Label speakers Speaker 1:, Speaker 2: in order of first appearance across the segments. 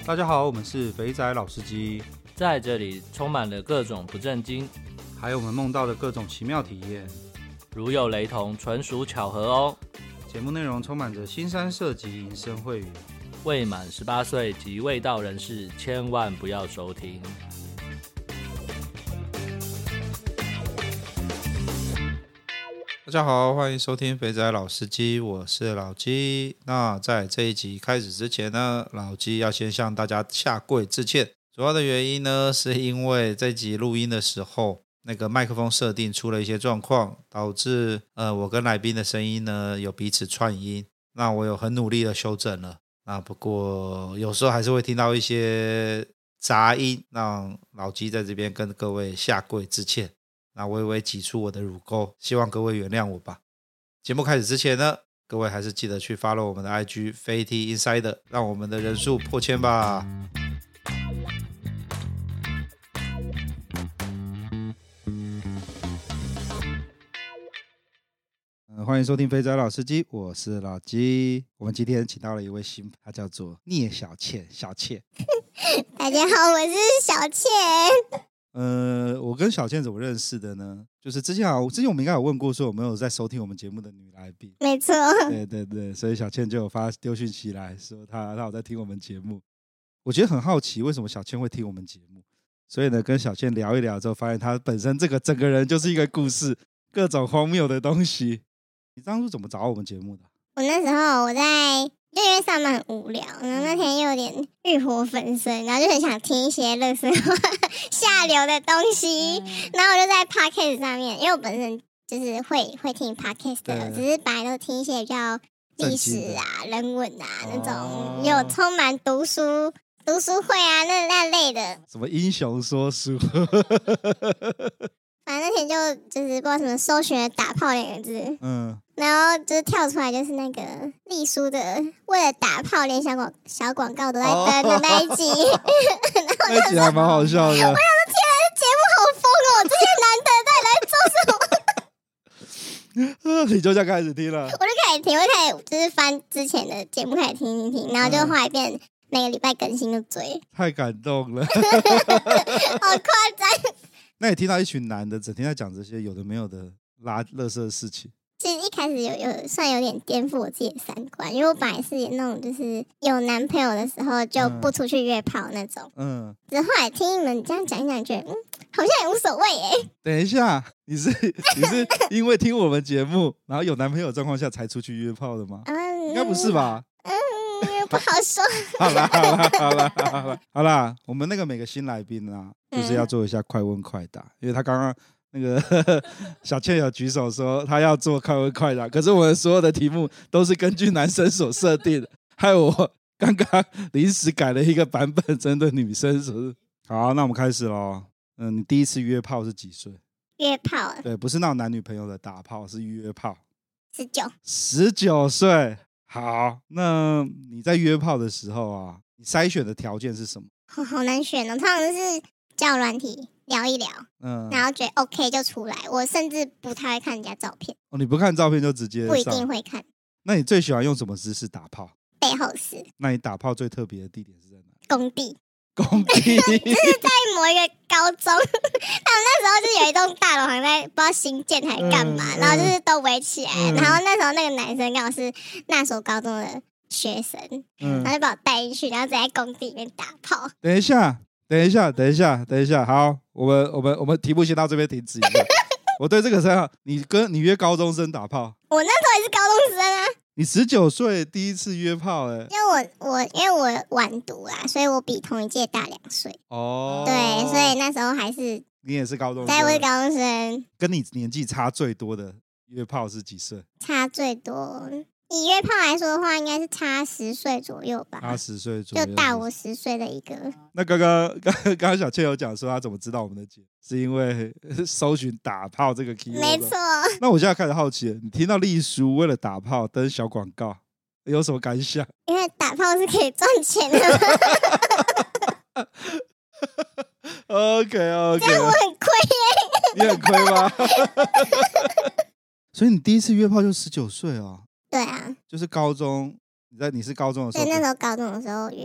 Speaker 1: 大家好，我们是肥仔老司机，
Speaker 2: 在这里充满了各种不正经，
Speaker 1: 还有我们梦到的各种奇妙体验。
Speaker 2: 如有雷同，纯属巧合哦。
Speaker 1: 节目内容充满着腥膻色及淫声秽语，
Speaker 2: 未满18岁及未到人士千万不要收听。
Speaker 1: 大家好，欢迎收听肥仔老司机，我是老鸡。那在这一集开始之前呢，老鸡要先向大家下跪致歉。主要的原因呢，是因为这集录音的时候，那个麦克风设定出了一些状况，导致我跟来宾的声音呢有彼此串音。那我有很努力的修正了，那不过有时候还是会听到一些杂音，让老鸡在这边跟各位下跪致歉。那微微挤出我的乳沟，希望各位原谅我吧。节目开始之前呢，各位还是记得去 follow 我们的 IG FAT Insider， 让我们的人数破千吧。欢迎收听肥仔老司机，我是老鸡。我们今天请到了一位新，他叫做聂小倩，小倩。
Speaker 3: 大家好，我是小倩。
Speaker 1: 我跟小倩怎么认识的呢？就是之前我们应该有问过说有没有在收听我们节目的女来宾。
Speaker 3: 没错，
Speaker 1: 对，所以小倩就有丢讯息来说她有在听我们节目。我觉得很好奇为什么小倩会听我们节目，所以呢跟小倩聊一聊之后，发现她本身这个整个人就是一个故事，各种荒谬的东西。你当初怎么找我们节目的？
Speaker 3: 我那时候就因为上班很无聊，然后那天又有点欲火焚身，然后就很想听一些垃圾话下流的东西，然后我就在 podcast 上面，因为我本身就是会听 podcast 的，只是本来都听一些比较历史啊、人文啊那种，有充满读书会啊那类的，
Speaker 1: 什么英雄说书。
Speaker 3: 反正那天就是不知道什么搜寻了打炮2个字，然后就是跳出来就是那个丽书的为了打炮连小广告都在登的那一集，
Speaker 1: 那集还蛮好笑的。我想说
Speaker 3: 天啊，这节目好疯哦！这些男的到底来做什么？
Speaker 1: 你就这样开始听了？
Speaker 3: 我就开始听，就是翻之前的节目开始听，然后就后来变每个礼拜更新就追，
Speaker 1: 太感动了，
Speaker 3: 好夸张。
Speaker 1: 那你听到一群男的整天在讲这些有的没有的拉垃圾的事情，
Speaker 3: 其实一开始有点颠覆我自己的三观，因为我本来是那种就是有男朋友的时候就不出去约炮那种，只是后来听你们这样讲一讲，觉得好像也无所谓耶。等
Speaker 1: 一下，你是因为听我们节目，然后有男朋友的状况下才出去约炮的吗？应该不是吧？
Speaker 3: 不好说。
Speaker 1: 好啦，我们那个每个新来宾啊，就是要做一下快问快答，因为他刚刚那个小倩有举手说他要做快问快答，可是我们所有的题目都是根据男生所设定的，害我刚刚临时改了一个版本针对女生，是不是？好，那我们开始咯。你第一次约炮是几岁？
Speaker 3: 约炮？对，
Speaker 1: 不是那种男女朋友的打炮，是约炮。
Speaker 3: 19
Speaker 1: 岁。好，那你在约炮的时候啊，你筛选的条件是什么？
Speaker 3: 好难选哦，通常是交友软体聊一聊，然后觉得 OK 就出来。我甚至不太会看人家照片。
Speaker 1: 你不看照片就直接上？
Speaker 3: 不一定会看。那
Speaker 1: 你最喜欢用什么姿势打炮？
Speaker 3: 背后式。那
Speaker 1: 你打炮最特别的地点是在哪？
Speaker 3: 工地。
Speaker 1: 就是
Speaker 3: 在某一个高中，他们那时候就有一栋大楼好像在不知道新建还干嘛，然后就是都围起来，然后那时候那个男生刚好是那所高中的学生，然后就把我带进去，然后在工地里面打炮。等一下，
Speaker 1: 好，我们题目先到这边停止一下。我对这个很好，你约高中生打炮？
Speaker 3: 我那时候也是高中生啊。
Speaker 1: 你19岁第一次约炮
Speaker 3: 因为我晚读啦，所以我比同一届大2岁。对，所以那时候还是
Speaker 1: 你也是高中生。
Speaker 3: 对，我是高中生。
Speaker 1: 跟你年纪差最多的约炮是几岁？
Speaker 3: 差最多，以约炮来说的话，应该是差10岁左右吧。
Speaker 1: 差10岁左右，
Speaker 3: 就大我10岁的一个。
Speaker 1: 那刚刚小倩有讲说她怎么知道我们的节目，是因为搜寻打炮这个 keyword。
Speaker 3: 没错。
Speaker 1: 那我现在开始好奇了，你听到丽书为了打炮登小广告，有什么感想？
Speaker 3: 因为打炮是可以赚钱的。
Speaker 1: OK，
Speaker 3: 这样我很亏耶。
Speaker 1: 你很亏吗？所以你第一次约炮就19岁哦？
Speaker 3: 对啊，
Speaker 1: 就是高中，你是高中的时候？
Speaker 3: 对，那时候高中的时候约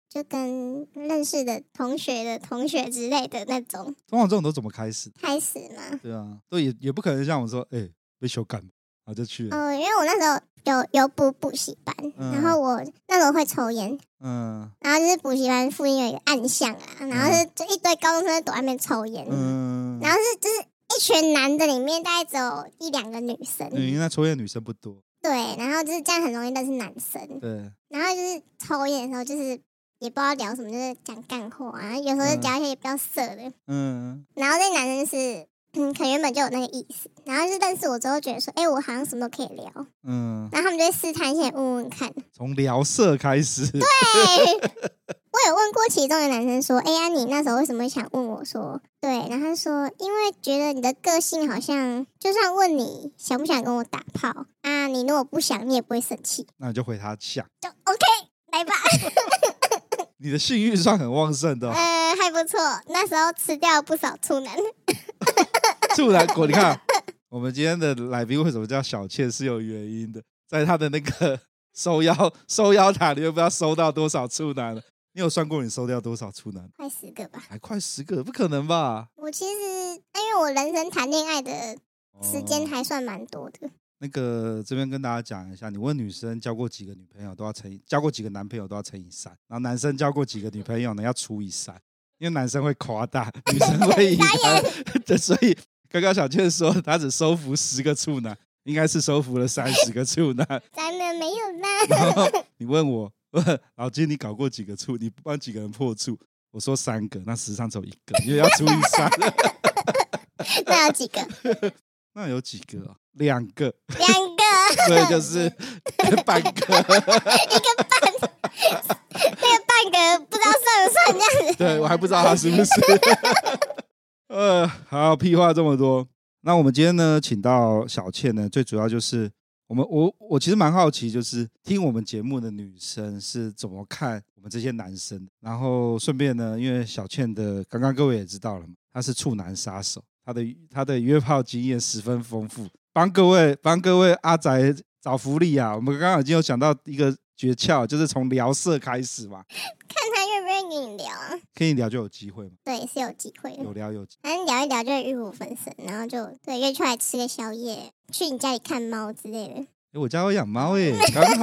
Speaker 3: 就跟认识的同学的同学之类的那种。
Speaker 1: 通常这种都怎么开始？
Speaker 3: 开始嘛？
Speaker 1: 对啊，都也不可能像我说，被修改，然后就去了。
Speaker 3: 因为我那时候有补习班，然后我那时候会抽烟，然后就是补习班附近有一个暗巷啊，然后就一堆高中生躲在那边抽烟，然后就是一群男的里面大概只有一两个女生，
Speaker 1: 因为那抽烟的女生不多。
Speaker 3: 对，然后就是这样很容易认识男生。
Speaker 1: 对，
Speaker 3: 然后就是抽烟的时候，就是也不知道聊什么，就是讲干话啊，有时候就聊一些比较色的。然后那男生是可能原本就有那个意思，然后就认识我之后觉得说，我好像什么都可以聊。然后他们就会试探性问问看，
Speaker 1: 从聊色开始。
Speaker 3: 对。我有问过其中的男生说，你那时候为什么想问我说？对，然后他说，因为觉得你的个性好像，就算问你想不想跟我打炮啊，你如果不想，你也不会生气。
Speaker 1: 那你就回他想，
Speaker 3: 就 OK， 来吧。
Speaker 1: 你的性欲算很旺盛的。
Speaker 3: 还不错，那时候吃掉不少处男。
Speaker 1: 处男果，你看我们今天的来宾为什么叫小倩是有原因的，在他的那个收腰塔里面不知道收到多少处男了。你有算过你收掉多少处男？
Speaker 3: 快10个吧。
Speaker 1: 还快10个？不可能吧？
Speaker 3: 我其实因为我人生谈恋爱的时间还算蛮多的。
Speaker 1: 那个这边跟大家讲一下，你问女生交过几个女朋友都要乘以，交过几个男朋友都要乘以3，然后男生交过几个女朋友呢要除以3，因为男生会夸大，女生会以对，所以刚刚小倩说她只收服10个处男，应该是收服了30个处男。
Speaker 3: 咱们没有啦。
Speaker 1: 然后你问我，老金你搞过几个处？你帮几个人破处？我说3个，那实际上只有1个，因为要除以3。
Speaker 3: 那有几个？
Speaker 1: 那有几个啊？2个。
Speaker 3: 2个。
Speaker 1: 所以就是半个。
Speaker 3: 一个半，那个半个不知道算不算这样子。
Speaker 1: 对，我还不知道他是不是。好，屁话这么多。那我们今天呢，请到小倩呢，最主要就是我其实蛮好奇，就是听我们节目的女生是怎么看我们这些男生。然后顺便呢，因为小倩的刚刚各位也知道了嘛，她是处男杀手，她的约炮经验十分丰富，帮各位阿宅找福利啊！我们刚刚已经有讲到一个诀窍，就是从聊色开始嘛。
Speaker 3: 看他愿不愿意跟你聊啊？
Speaker 1: 跟你聊就有机会嘛？
Speaker 3: 对，是有机会的。
Speaker 1: 有聊有机会，
Speaker 3: 反正聊一聊就会欲火焚身，然后就对约出来吃个宵夜，去你家里看猫之类的。
Speaker 1: 我家有养猫耶，刚好。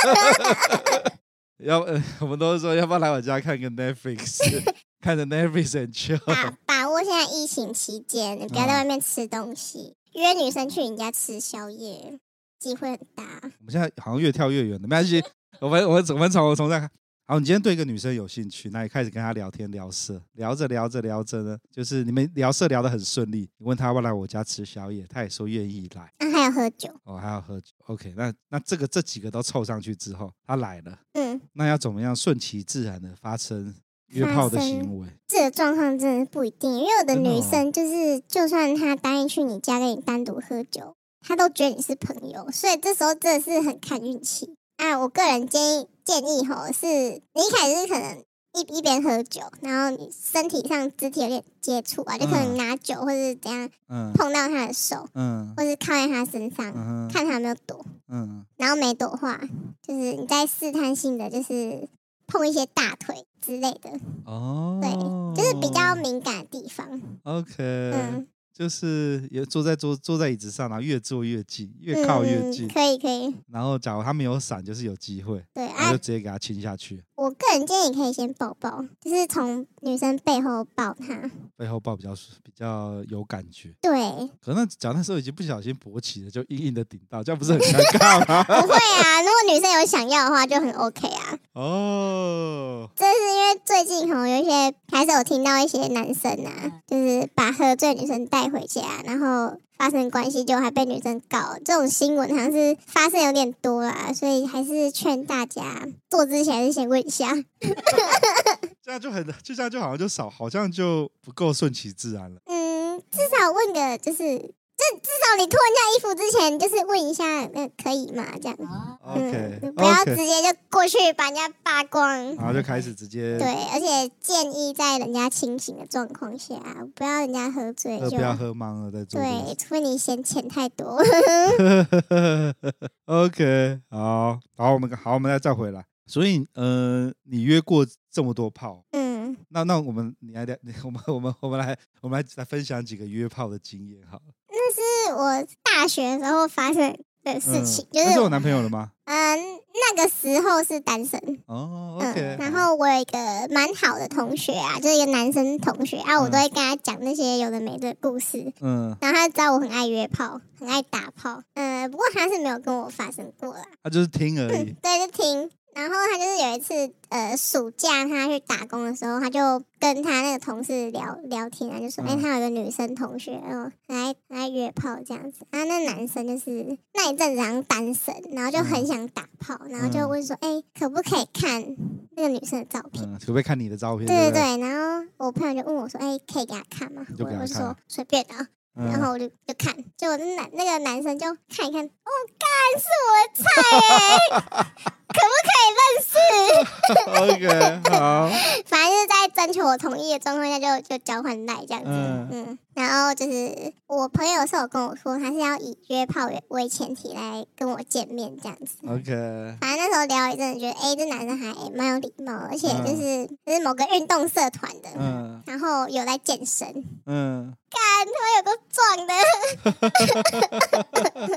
Speaker 1: 我们都说要不要来我家看个 Netflix， 看着 Netflix and chill。
Speaker 3: 把握现在疫情期间，你不要在外面吃东西，约女生去你家吃宵夜，机会很大。
Speaker 1: 我们现在好像越跳越远了，没关系，我们从这看。好，你今天对一个女生有兴趣，那你开始跟她聊天聊色，聊着呢，就是你们聊色聊得很顺利，你问她要不要来我家吃宵夜，她也说愿意来。
Speaker 3: 还要喝酒
Speaker 1: 哦，还要喝酒。OK， 那这几个都凑上去之后，她来了，那要怎么样顺其自然的发生约炮的行为？
Speaker 3: 这个状况真的不一定，因为有的女生就是，就算她答应去你家跟你单独喝酒，她都觉得你是朋友，所以这时候真的是很看运气。我个人建议是你一开始是可能一边喝酒，然后你身体上肢体有点接触啊，就可能拿酒或是怎样碰到他的手，或是靠在他身上，看他有没有躲，然后没躲的话，就是你在试探性的就是碰一些大腿之类的，对，就是比较敏感的地方。
Speaker 1: OK，就是也坐在椅子上，然后越坐越近，越靠越近，
Speaker 3: 可以。
Speaker 1: 然后假如他没有闪，就是有机会，对，然后就直接给他亲下去。
Speaker 3: 我个人建议可以先抱抱，就是从女生背后抱她，
Speaker 1: 背后抱比较有感觉。
Speaker 3: 对，
Speaker 1: 可能那时候已经不小心勃起了，就硬硬的顶到，这样不是很尴尬吗？
Speaker 3: 不会啊，如果女生有想要的话，就很 OK 啊。这是因为最近有一些还是有听到一些男生啊，就是把喝醉女生带回家，然后发生关系就还被女生告，这种新闻好像是发生有点多啦，所以还是劝大家做之前还是先问一下。
Speaker 1: 这样就好像就好像就不够顺其自然了。
Speaker 3: 至少问个就是。至少你脱人家衣服之前，就是问一下，可以吗？这样。
Speaker 1: OK，
Speaker 3: 不要直接就过去把人家扒光，
Speaker 1: 然后就开始直接。
Speaker 3: 对，而且建议在人家清醒的状况下，不要人家喝醉就。
Speaker 1: 不要喝懵了再做。
Speaker 3: 对，除非你嫌钱太多。
Speaker 1: OK， 好，我们再回来。 所以你约过这么多炮，那你来我们来分享几个约炮的经验好了。
Speaker 3: 那是我大学的时候发生的事情，就是
Speaker 1: 那是我男朋友了吗？
Speaker 3: 那个时候是单身
Speaker 1: 哦，OK。
Speaker 3: 然后我有一个蛮好的同学啊，就是一个男生同学啊，我都会跟他讲那些有的没的故事。然后他知道我很爱约炮，很爱打炮。不过他是没有跟我发生过啦，
Speaker 1: 他就是听而已。
Speaker 3: 对，就听。然后他就是有一次，暑假他去打工的时候，他就跟他那个同事聊天啊，就说，他有一个女生同学，然后很爱约炮这样子。然后那男生就是那一阵子好像单身，然后就很想打炮，然后就问说，可不可以看那个女生的照片？
Speaker 1: 可不可以看你的照片？
Speaker 3: 对。然后我朋友就问我说，可以给他看吗？我就说随便啊。然后我就看，结果那个男生就看一看，干是我的菜可不可以认识
Speaker 1: ？OK， 好。
Speaker 3: 反正就是在征求我同意的状况下就交换赖这样子。然后就是我朋友是有跟我说，他是要以约炮为前提来跟我见面这样子。
Speaker 1: OK。
Speaker 3: 反正那时候聊一阵子，觉得这男生还蛮有礼貌，而且就是某个运动社团的，然后有在健身。干，他有个壮的，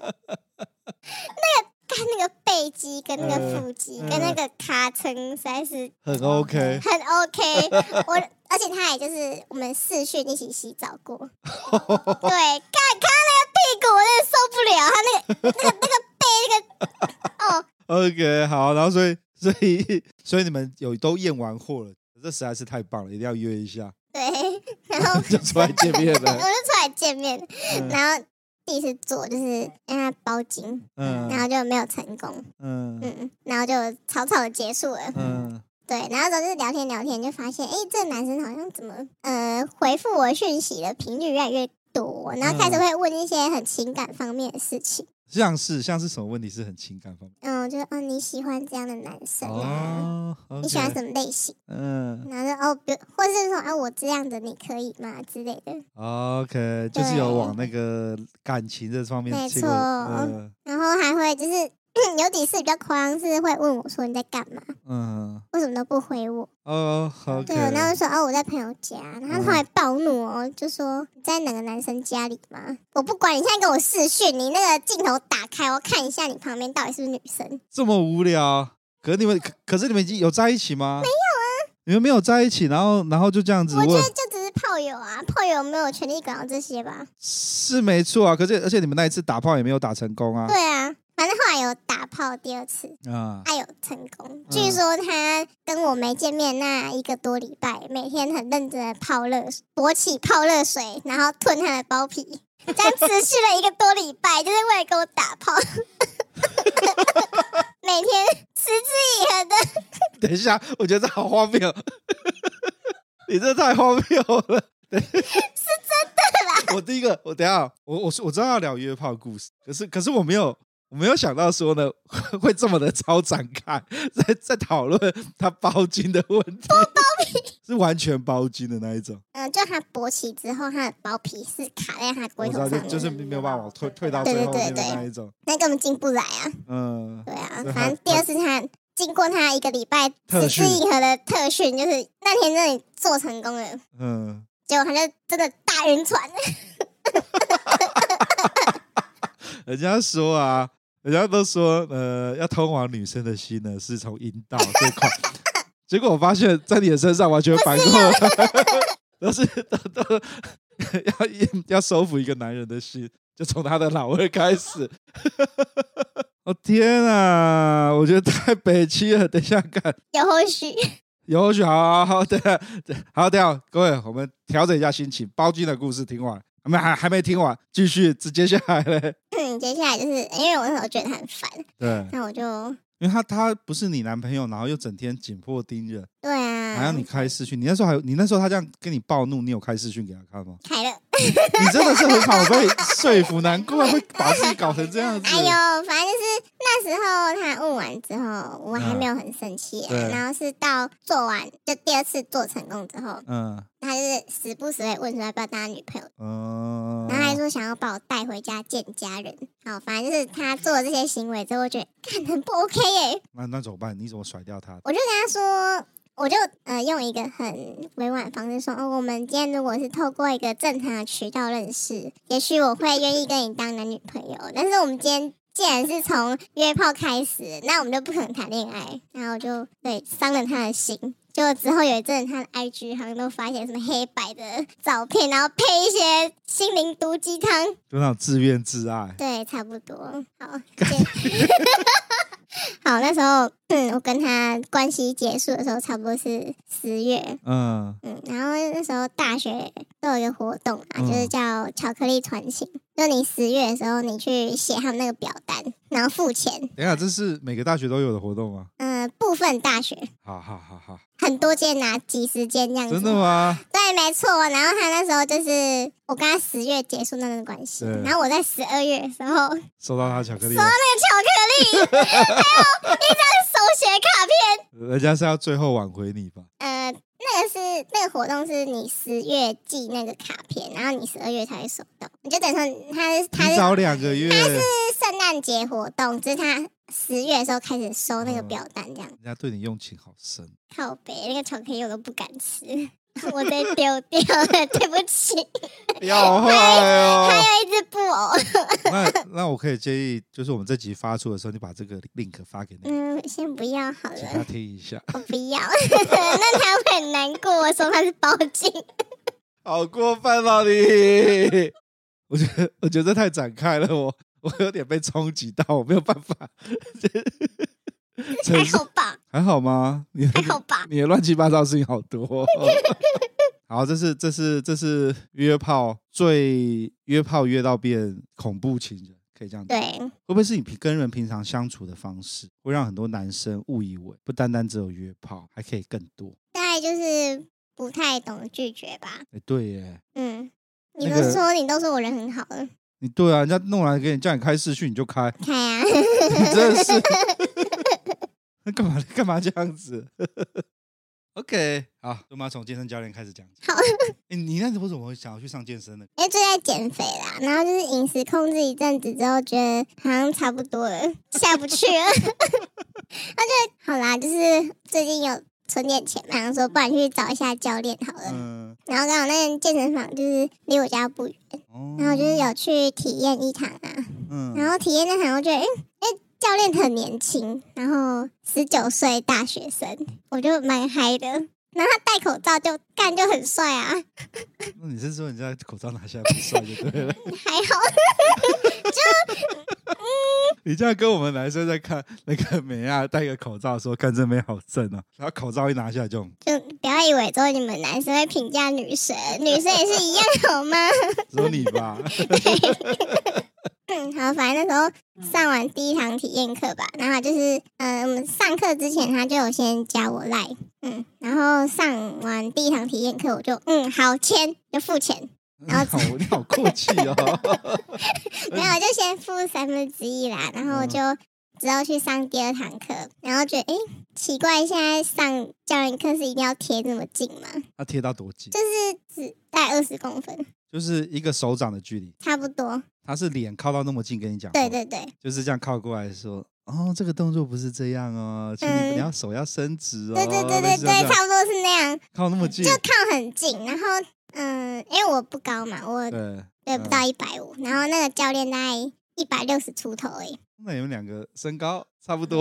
Speaker 3: 那个背肌跟那个腹肌跟那个卡撑实在是
Speaker 1: 很 OK。
Speaker 3: 而且他也就是我们视讯一起洗澡过。对，看那个屁股，我真的受不了，他那个背那个
Speaker 1: OK， 好，然后所以你们都验完货了，这实在是太棒了，一定要约一下。
Speaker 3: 对，然后
Speaker 1: 就出来见面了。
Speaker 3: 我就出来见面，然后第一次做就是让他包巾，然后就没有成功，然后就草草的结束了。对，然后就是聊天就发现，这个男生好像怎么回复我讯息的频率越来越多，然后开始会问一些很情感方面的事情。像
Speaker 1: 是什么问题是很情感方
Speaker 3: 面？就是你喜欢这样的男生啊？你喜欢什么类型？然后就或是说我这样的你可以吗之类的。
Speaker 1: OK， 就是有往那个感情这方面。
Speaker 3: 没错。然后还会就是有几次比较夸张，是会问我说你在干嘛？为什么都不回我
Speaker 1: ？OK。
Speaker 3: 对，然后说我在朋友家，然后他还暴怒就说你在哪个男生家里吗？我不管，你现在跟我视讯，你那个镜头打开，我看一下你旁边到底是不是女生。
Speaker 1: 这么无聊？可是你们已经有在一起吗？
Speaker 3: 没有啊，
Speaker 1: 你们没有在一起，然后就这样子问。
Speaker 3: 我觉得就只是炮友啊，炮友没有权利管到这些吧？
Speaker 1: 是没错啊，而且你们那一次打炮也没有打成功啊。
Speaker 3: 对啊。反正后来有打炮第二次有成功。据说他跟我没见面那1个多礼拜，每天很认真的勃起泡热水，然后吞他的包皮，这样持续了1个多礼拜，就是为了跟我打炮。每天持之以恒的。
Speaker 1: 等一下，我觉得这好荒谬，你这太荒谬了。
Speaker 3: 是真的啦。
Speaker 1: 我第一个，我等一下，我知道要聊约炮故事，可是我没有想到说呢会这么的超展开，在讨论他包茎的问题。
Speaker 3: 包皮
Speaker 1: 是完全包茎的那一种。
Speaker 3: 就他勃起之后，他的包皮是卡在他龟头上面，
Speaker 1: 就是没有办法退到最后面的那一种。
Speaker 3: 那根本进不来啊。对啊，反正第二次他经过他1个礼拜持之以恒的特训，就是那天真的做成功了。结果他就真的大晕船。
Speaker 1: 人家都说要通往女生的心呢是从阴道最快。结果我发现在你的身上完全反过来，都要收服一个男人的心，就从他的老二开始。天啊，我觉得太北七了。等一下看
Speaker 3: 有后续，
Speaker 1: 好，等一下，各位，我们调整一下心情。包茎的故事听完，我们还没听完，继续接下来嘞。
Speaker 3: 接下来就是因为我那时候觉得他很烦，
Speaker 1: 对，
Speaker 3: 那我就
Speaker 1: 因为他不是你男朋友，然后又整天紧迫盯人，
Speaker 3: 对啊，
Speaker 1: 还要你开视讯。你那时候他这样跟你暴怒，你有开视讯给他看吗？
Speaker 3: 开了。
Speaker 1: 你真的是很好被说服，难怪会把自己搞成这样子。
Speaker 3: 哎呦，反正就是那时候他问完完之后，我还没有很生气啊，
Speaker 1: 对
Speaker 3: 然后是到做完就第二次做成功之后，他就是时不时会问说要不要当他女朋友，然后他还说想要把我带回家见家人。好，反正就是他做了这些行为之后，我觉得看很不 OK 耶。
Speaker 1: 那怎么办？你怎么甩掉他？
Speaker 3: 我就跟他说。我就用一个很委婉的方式说，我们今天如果是透过一个正常的渠道认识，也许我会愿意跟你当男女朋友。但是我们今天既然是从约炮开始，那我们就不可能谈恋爱。然后我就对伤了他的心。结果之后有一阵，他的 IG 好像都发现什么黑白的照片，然后配一些心灵毒鸡汤，
Speaker 1: 就那种自怨自艾。
Speaker 3: 对，差不多。好。好，那时候我跟他关系结束的时候，差不多是10月。然后那时候大学都有一个活动啊，就是叫巧克力传情。就你10月的时候，你去写他们那个表单，然后付钱。
Speaker 1: 等一下，这是每个大学都有的活动吗？
Speaker 3: 部分大学。
Speaker 1: 好，
Speaker 3: 很多间啊，几十间这样子。
Speaker 1: 真的吗？
Speaker 3: 对，没错。然后他那时候就是我跟他10月结束那段关系，然后我在12月的时候
Speaker 1: 收到他巧克力，
Speaker 3: 收到那个巧克力，还有一张手写卡片。
Speaker 1: 人家是要最后挽回你吧？
Speaker 3: 那个活动是你10月寄那个卡片，然后你12月才会收到。你就等于说他是
Speaker 1: 提早2个月，
Speaker 3: 他是圣诞节活动，只是他10月的时候开始收那个表单，这样。
Speaker 1: 人家对你用情好深。
Speaker 3: 靠北，那个巧克力我都不敢吃，我得丢掉了，对不起。
Speaker 1: 要坏哦！
Speaker 3: 还有一只布偶。
Speaker 1: 那我可以建议，就是我们这集发出的时候，你把这个 link 发给那
Speaker 3: 先不要好了，
Speaker 1: 请他听一下。
Speaker 3: 我不要，那他会很难过。我说他是报警，
Speaker 1: 好过分了你！我觉得太展开了，我有点被冲击到，我没有办法。
Speaker 3: 还好吧？
Speaker 1: 还好吗？
Speaker 3: 还好吧？
Speaker 1: 你的乱七八糟事情好多。好，这是约炮约到变恐怖情人，可以这样讲。
Speaker 3: 对，
Speaker 1: 会不会是你跟人平常相处的方式，会让很多男生误以为不单单只有约炮，还可以更多？
Speaker 3: 大概就是不太懂拒绝吧。
Speaker 1: 对耶。
Speaker 3: 你都说我人很好了。
Speaker 1: 你对啊，人家弄来叫你开视讯你就开
Speaker 3: 啊，
Speaker 1: 你真的是干嘛这样子？OK， 好，我们要从健身教练开始讲。
Speaker 3: 好，
Speaker 1: 你那时候为什么会想要去上健身呢？
Speaker 3: 因为最近在减肥啦，然后就是饮食控制一阵子之后，觉得好像差不多了，下不去了。那就好啦，就是最近有存点钱嘛，然后说不然去找一下教练好了。然后刚好那间健身房就是离我家不远，然后就是有去体验一堂啊。然后体验那堂，我觉得教练很年轻，然后19岁大学生，我就蛮嗨的。然后他戴口罩就很帅啊。
Speaker 1: 那你是说人家口罩拿下来不帅就对了？
Speaker 3: 还好，
Speaker 1: 你这样跟我们男生在看那个美亚戴个口罩的时候，看这妹好正哦，然后口罩一拿下来就
Speaker 3: 不要以为之后你们男生会评价女生，女生也是一样好吗？
Speaker 1: 只有你吧。
Speaker 3: 好，反正那时候上完第一堂体验课吧，然后就是我们上课之前他就有先加我 LINE，然后上完第一堂体验课我就好签就付钱，然后
Speaker 1: 你好过气哦。
Speaker 3: 没有，就先付1/3啦，然后就之后去上第2堂课，然后觉得奇怪，现在上教练课是一定要贴这么近吗？
Speaker 1: 他贴到多近？
Speaker 3: 就是只大概20公分，
Speaker 1: 就是一个手掌的距离，
Speaker 3: 差不多。
Speaker 1: 他是脸靠到那么近跟你讲，
Speaker 3: 对对对，
Speaker 1: 就是这样靠过来说，这个动作不是这样哦，请你要手要伸直哦。
Speaker 3: 对，差不多是那样，
Speaker 1: 靠那么近，
Speaker 3: 就靠很近。然后因为我不高嘛，我对不到150，然后那个教练大概160出头而已。
Speaker 1: 那你们两个身高差不多，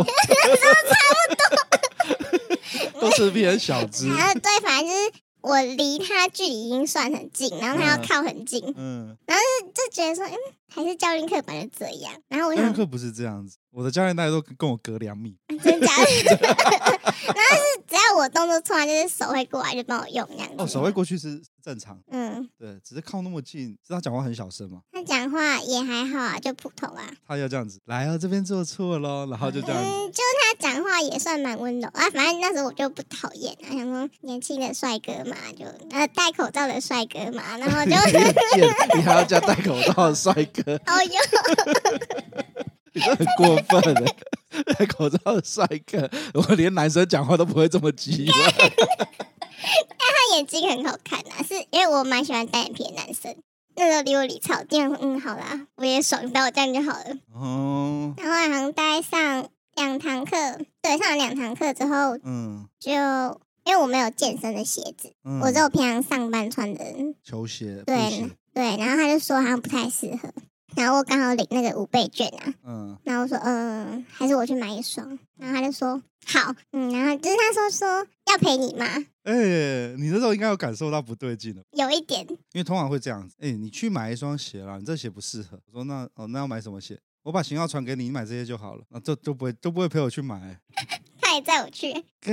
Speaker 3: 差不
Speaker 1: 多，都是偏小只。
Speaker 3: 对，反正就是我离他距离已经算很近，然后他要靠很近，然后就觉得说，还是教练课本来这样。然后我想，
Speaker 1: 教练课不是这样子，我的教练大家都跟我隔2米，
Speaker 3: 真假的？然后是只要我动作错，就是手会过来就帮我用这样子。
Speaker 1: 手会过去是正常，对，只是靠那么近，是他讲话很小声嘛？
Speaker 3: 他讲话也还好啊，就普通啊。
Speaker 1: 他要这样子，来这边做错咯，然后就这样子。
Speaker 3: 就是他讲话也算蛮温柔啊，反正那时候我就不讨厌啊，想说年轻的帅哥嘛，就戴口罩的帅哥嘛，然后就
Speaker 1: 你还要加戴口罩的帅哥，
Speaker 3: 哦哟，
Speaker 1: 你这很过分的。 戴口罩的帅哥，我连男生讲话都不会这么激烈。
Speaker 3: 他眼睛很好看啊，是因为我蛮喜欢单眼皮的男生。那时候离我离超近，我说好啦，我也爽到这样就好了。
Speaker 1: 哦，
Speaker 3: 然后好像大概上2堂课，对，上了2堂课之后，就因为我没有健身的鞋子，我只有平常上班穿的
Speaker 1: 球鞋，
Speaker 3: 对，然后他就说好像不太适合。然后我刚好领那个5倍券啊，然后我说还是我去买一双，然后他就说好，然后就是他说要陪你嘛，
Speaker 1: 你那时候应该有感受到不对劲了，
Speaker 3: 有一点，
Speaker 1: 因为通常会这样子，你去买一双鞋啦，你这鞋不适合，我说那要买什么鞋？我把型号传给你，你买这些就好了，就不会陪我去买。
Speaker 3: 他也载我去，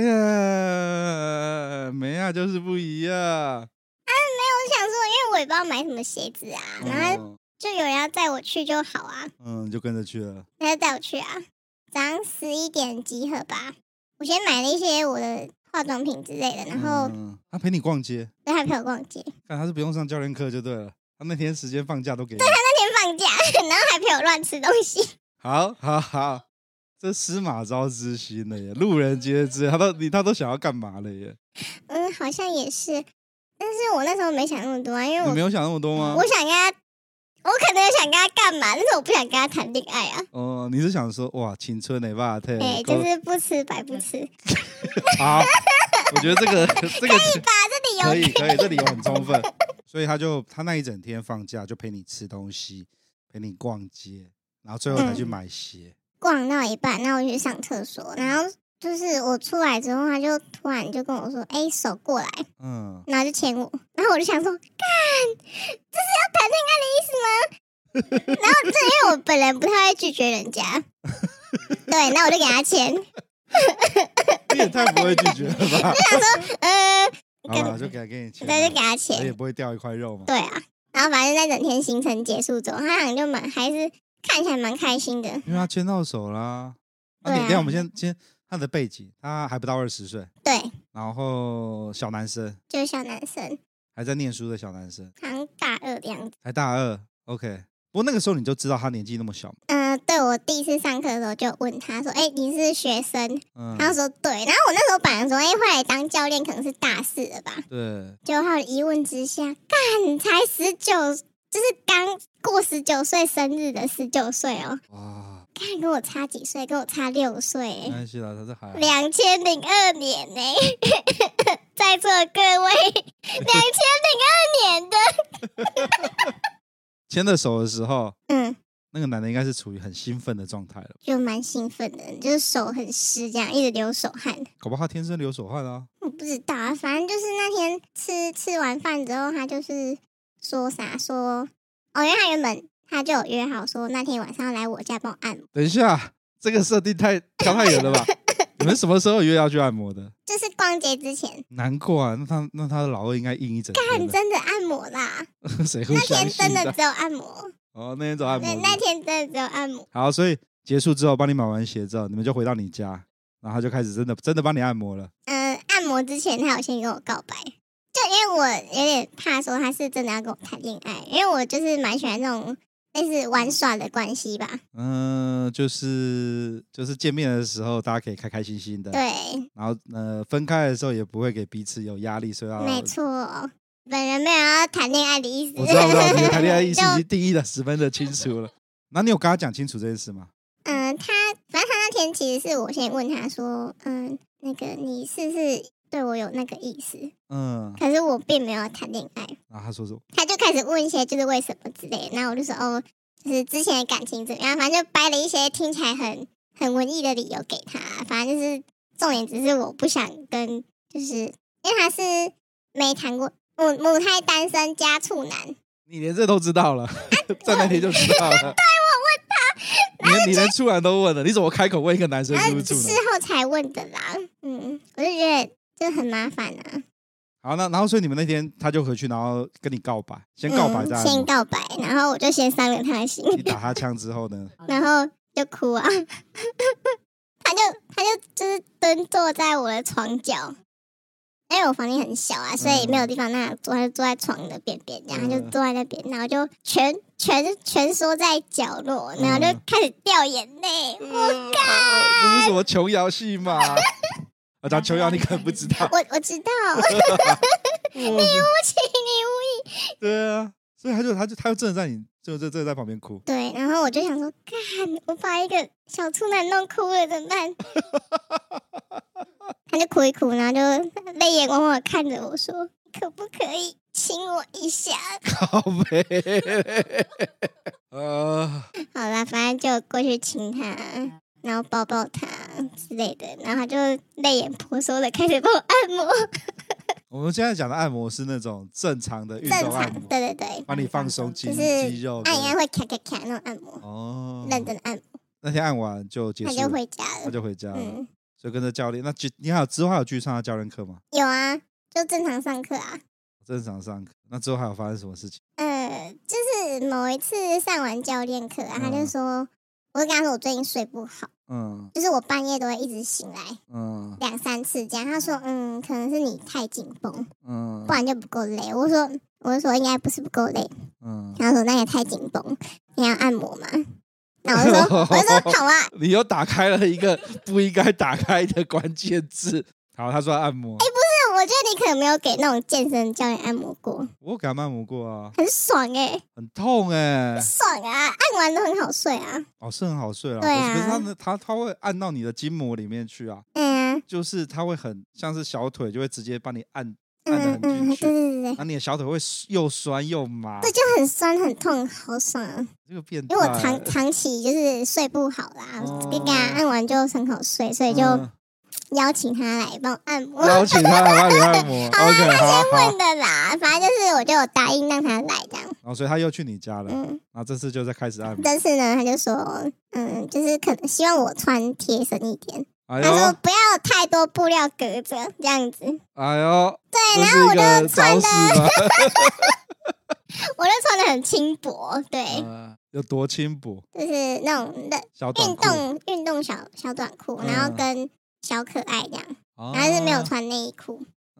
Speaker 1: 没啊，就是不一样。
Speaker 3: 没有，我想说，因为我也不知道买什么鞋子啊，然后就有人要载我去就好啊，
Speaker 1: 就跟着去了。
Speaker 3: 他就带我去啊，早上11点集合吧。我先买了一些我的化妆品之类的，然后
Speaker 1: 他陪你逛街，
Speaker 3: 对，他陪我逛街。
Speaker 1: 看他是不用上教练课就对了，他那天时间放假都给你。
Speaker 3: 对，他那天放假，然后还陪我乱吃东西。
Speaker 1: 好，这司马昭之心了耶，路人皆知，他都想要干嘛了耶？
Speaker 3: 好像也是，但是我那时候没想那么多啊，因为
Speaker 1: 你没有想那么多吗？
Speaker 3: 我想跟他，我可能有想跟他干嘛，但是我不想跟他谈恋爱啊。
Speaker 1: 你是想说哇，青春的吧？对，
Speaker 3: 就是不吃白不吃。
Speaker 1: 好，我觉得这个
Speaker 3: 可以吧？这理由
Speaker 1: 可以，这理由很充分。所以他那一整天放假就陪你吃东西，陪你逛街，然后最后才去买鞋。
Speaker 3: 逛到一半，然后我去上厕所，然后就是我出来之后，他就突然就跟我说：“手过来。”然后就牵我，然后我就想说：“干，这是要谈恋爱的意思吗？”然后因为我本人不太会拒绝人家，对，那我就给他牵。
Speaker 1: 你也太不会拒绝了吧？
Speaker 3: 就想说，
Speaker 1: 好啦，就给你牵，
Speaker 3: 对，就给他牵，
Speaker 1: 也不会掉一块肉嘛。
Speaker 3: 对啊，然后反正那整天行程结束之后，他好像就还是看起来蛮开心的，
Speaker 1: 因为他牵到手啦。
Speaker 3: 对啊，
Speaker 1: 等一下我们先他的背景，他还不到20岁，
Speaker 3: 对，
Speaker 1: 然后小男生，
Speaker 3: 就是小男生，
Speaker 1: 还在念书的小男生，
Speaker 3: 好像大2的样子，
Speaker 1: 还大2 ，OK。不过那个时候你就知道他年纪那么小吗？
Speaker 3: 对，我第一次上课的时候就问他说：“你是学生？”他说：“对。”然后我那时候本来说：“会来当教练可能是大4了吧？”
Speaker 1: 对。
Speaker 3: 结果他的疑问之下，干才19，就是刚过19岁生日的19岁哦。哇！看跟我差几岁？跟我差6岁。
Speaker 1: 没关系啦，他是还
Speaker 3: 2002年呢，在座各位，2002年的。
Speaker 1: 牵着手的时候，那个男的应该是处于很兴奋的状态了，
Speaker 3: 就蛮兴奋的，就是手很湿，这样一直流手汗。
Speaker 1: 搞不好他天生流手汗啊！
Speaker 3: 我不知道啊，反正就是那天吃完饭之后，他就是说，因为他原本他就有约好说那天晚上要来我家帮我按摩。
Speaker 1: 等一下，这个设定跳太远了吧？你们什么时候约要去按摩的？
Speaker 3: 就是逛街之前。
Speaker 1: 难怪，那他的老二应该硬一整天。
Speaker 3: 干，真的按摩啦！
Speaker 1: 谁会相信？
Speaker 3: 那天真的只有按摩。
Speaker 1: 那天只有按摩。
Speaker 3: 对，那天真的只有按摩。
Speaker 1: 好，所以结束之后帮你买完鞋之后，你们就回到你家，然后他就开始真的帮你按摩了。
Speaker 3: 按摩之前他有先跟我告白，就因为我有点怕说他是真的要跟我谈恋爱，因为我就是蛮喜欢那种类似玩耍的关系吧。
Speaker 1: 就是见面的时候大家可以开开心心的，
Speaker 3: 对。
Speaker 1: 然后分开的时候也不会给彼此有压力，所以要
Speaker 3: 没错。本人没有要谈恋爱的意思。
Speaker 1: 我知道，你的谈恋爱意思已经定义的十分的清楚了。那你有跟他讲清楚这件事吗？
Speaker 3: 反正他那天其实是我先问他说，那个你是不是对我有那个意思？可是我并没有谈恋爱。
Speaker 1: 然后他说什么？
Speaker 3: 他就开始问一些就是为什么之类的，然后我就说就是之前的感情怎么样，反正就掰了一些听起来很文艺的理由给他。反正就是重点只是我不想跟，就是因为他是没谈过。母胎单身加处男，
Speaker 1: 你连这都知道了，在那天就知道了。对，我问他，你连处男都问了，你怎么开口问一个男生是不是处男？
Speaker 3: 事后才问的啦。我就觉得就很麻烦啊。
Speaker 1: 好，然后所以你们那天他就回去，然后跟你告白，先告白再
Speaker 3: 先告白，然后我就先伤了他的心。
Speaker 1: 你打他枪之后呢？
Speaker 3: 然后就哭啊，他就是蹲坐在我的床角。因为我房间很小啊，所以没有地方让他坐，他就坐在床的边边，这样他就坐在那边，然后就全蜷缩在角落，然后就开始掉眼泪。我靠！
Speaker 1: 这是什么琼瑶戏码？讲琼瑶你可能不知道。
Speaker 3: 我知道，你无情你无义。
Speaker 1: 对啊，所以他就真的在你真的在旁边哭。
Speaker 3: 对，然后我就想说，干，我把一个小处男弄哭了怎么办？他就哭一哭，然后就泪眼汪汪的看着我说：“可不可以亲我一下？”
Speaker 1: 靠北。
Speaker 3: 好啦，反正就过去亲他，然后抱抱他之类的，然后他就泪眼婆娑的开始帮我按摩。
Speaker 1: 我们现在讲的按摩是那种正常的运动按摩，
Speaker 3: 对，
Speaker 1: 帮你放松肌肉，
Speaker 3: 按一按会咔咔咔那种按摩。
Speaker 1: 哦，
Speaker 3: 认真的按摩。
Speaker 1: 那天按完就结束，
Speaker 3: 他就回家了。
Speaker 1: 所以跟着教练。那你之后还有去上他教练课吗？
Speaker 3: 有啊，就正常上课啊。
Speaker 1: 正常上课。那之后还有发生什么事情？
Speaker 3: 就是某一次上完教练课他就说，我就跟他说我最近睡不好，就是我半夜都会一直醒来，2、3次这样。他说，可能是你太紧绷，不然就不够累。我就说应该不是不够累，他说那也太紧绷，你要按摩吗？然后我就说好啊。
Speaker 1: 你又打开了一个不应该打开的关键字。好，他说按摩。
Speaker 3: 不是，我觉得你可能没有给那种健身教练按摩过。
Speaker 1: 我给他按摩过啊，
Speaker 3: 很爽
Speaker 1: 很痛很
Speaker 3: 爽啊，按完都很好睡啊。
Speaker 1: 是很好睡啦。
Speaker 3: 对啊，
Speaker 1: 可是他会按到你的筋膜里面去啊。就是他会很像是小腿就会直接帮你按得很进去。对。那你的小腿会又酸又麻。
Speaker 3: 对，就很酸很痛，好爽啊。
Speaker 1: 这个变态。
Speaker 3: 因为我长期就是睡不好啦，给他按完就很好睡，所以就邀请他来帮我按摩。
Speaker 1: 邀请他来帮你按摩。
Speaker 3: 好啦，他先
Speaker 1: 问
Speaker 3: 的啦，反正就是我就有答应让他来这样。
Speaker 1: 然后所以他又去你家了。然后这次就在开始按摩。
Speaker 3: 这次呢，他就说，就是可能希望我穿贴身一点。他说不要太多布料隔着这样子。
Speaker 1: 哎呦，
Speaker 3: 对，然后我就穿的，我就穿的很轻薄，对。
Speaker 1: 有多轻薄？就是
Speaker 3: 那种运动小短裤，然后跟小可爱这样，然后是没有穿内衣裤。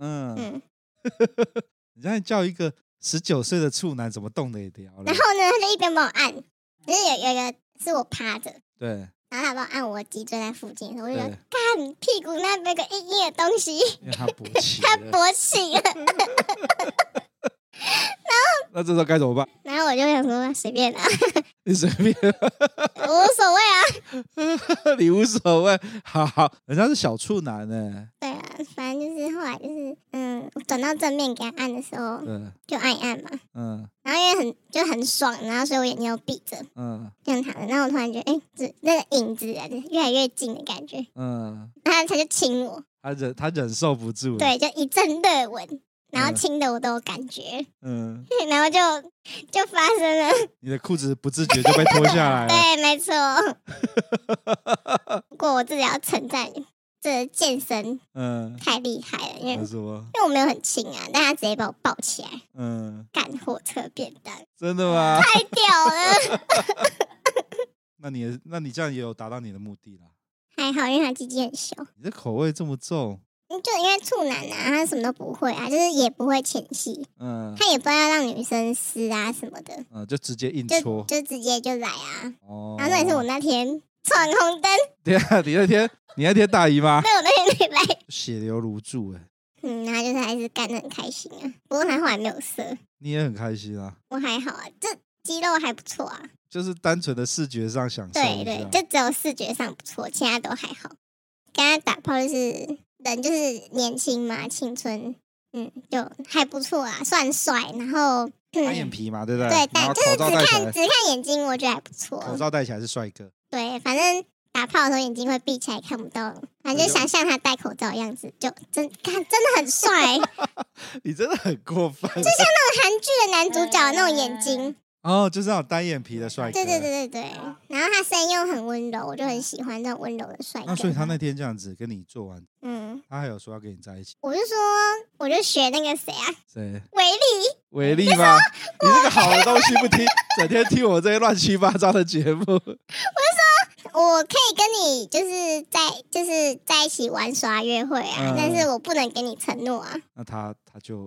Speaker 1: 你这样叫一个19岁的处男怎么动得了？
Speaker 3: 然后呢，他就一边帮我按，就是有一个是我趴着，
Speaker 1: 对。
Speaker 3: 然后他帮我按我脊椎在附近，我就觉得，干屁股那边个硬硬的东西，
Speaker 1: 因为他勃起，
Speaker 3: 他勃起了。
Speaker 1: 那这时候该怎么办？
Speaker 3: 然后我就想说随便啦，
Speaker 1: 你随便，
Speaker 3: 我无所谓啊。
Speaker 1: 你无所谓，好，人家是小处男呢。
Speaker 3: 对啊，反正就是后来就是我转到正面给他按的时候，就按一按嘛，然后因为就很爽，然后所以我眼睛都闭着，这样躺着，然后我突然觉得，那个影子啊，越来越近的感觉，然后他就亲我，
Speaker 1: 他忍受不住，
Speaker 3: 对，就一阵热吻。然后亲的我都有感觉，然后就发生了，
Speaker 1: 你的裤子不自觉就被脱下来了。
Speaker 3: 对，没错。不过我自己要称赞这健身，太厉害了，因为我没有很轻啊，但他直接把我抱起来，干火车便当，
Speaker 1: 真的吗？
Speaker 3: 太屌了。
Speaker 1: 那你这样也有达到你的目的啦。
Speaker 3: 还好，因为他鸡鸡很小。
Speaker 1: 你的口味这么重。
Speaker 3: 就因为处男啊，他什么都不会啊，就是也不会前戏，他也不知道让女生撕啊什么的，
Speaker 1: 就直接硬戳，
Speaker 3: 就直接就来啊。然后那也是我那天闯红灯。
Speaker 1: 对啊，你那天大姨妈？
Speaker 3: 对，我那天没来，
Speaker 1: 血流如注
Speaker 3: 然后就是还是干得很开心啊。不过他后来没有射。
Speaker 1: 你也很开心啊？
Speaker 3: 我还好啊，这肌肉还不错啊。
Speaker 1: 就是单纯的视觉上享受。
Speaker 3: 对，就只有视觉上不错，其他都还好。跟他打炮就是人就是年轻嘛，青春，就还不错啊，算帅。然后
Speaker 1: 单眼皮嘛，对不对？
Speaker 3: 对，但就是只看眼睛，我觉得还不错。
Speaker 1: 口罩戴起来是帅哥。
Speaker 3: 对，反正打炮的时候眼睛会闭起来看不到，反正就想象他戴口罩的样子，就真的很帅。
Speaker 1: 你真的很过分，就
Speaker 3: 像那种韩剧的男主角那种眼睛。
Speaker 1: 就是那种单眼皮的帅哥。
Speaker 3: 对。然后他声音又很温柔，我就很喜欢这种温柔的帅哥。
Speaker 1: 那所以他那天这样子跟你做完，他还有说要跟你在一起。
Speaker 3: 我就学那个谁啊？
Speaker 1: 谁？
Speaker 3: 维
Speaker 1: 力吗？你这个好的东西不听，整天听我这些乱七八糟的节目。我就
Speaker 3: 说，我可以跟你就是在一起玩耍约会啊，但是我不能给你承诺啊。
Speaker 1: 那他就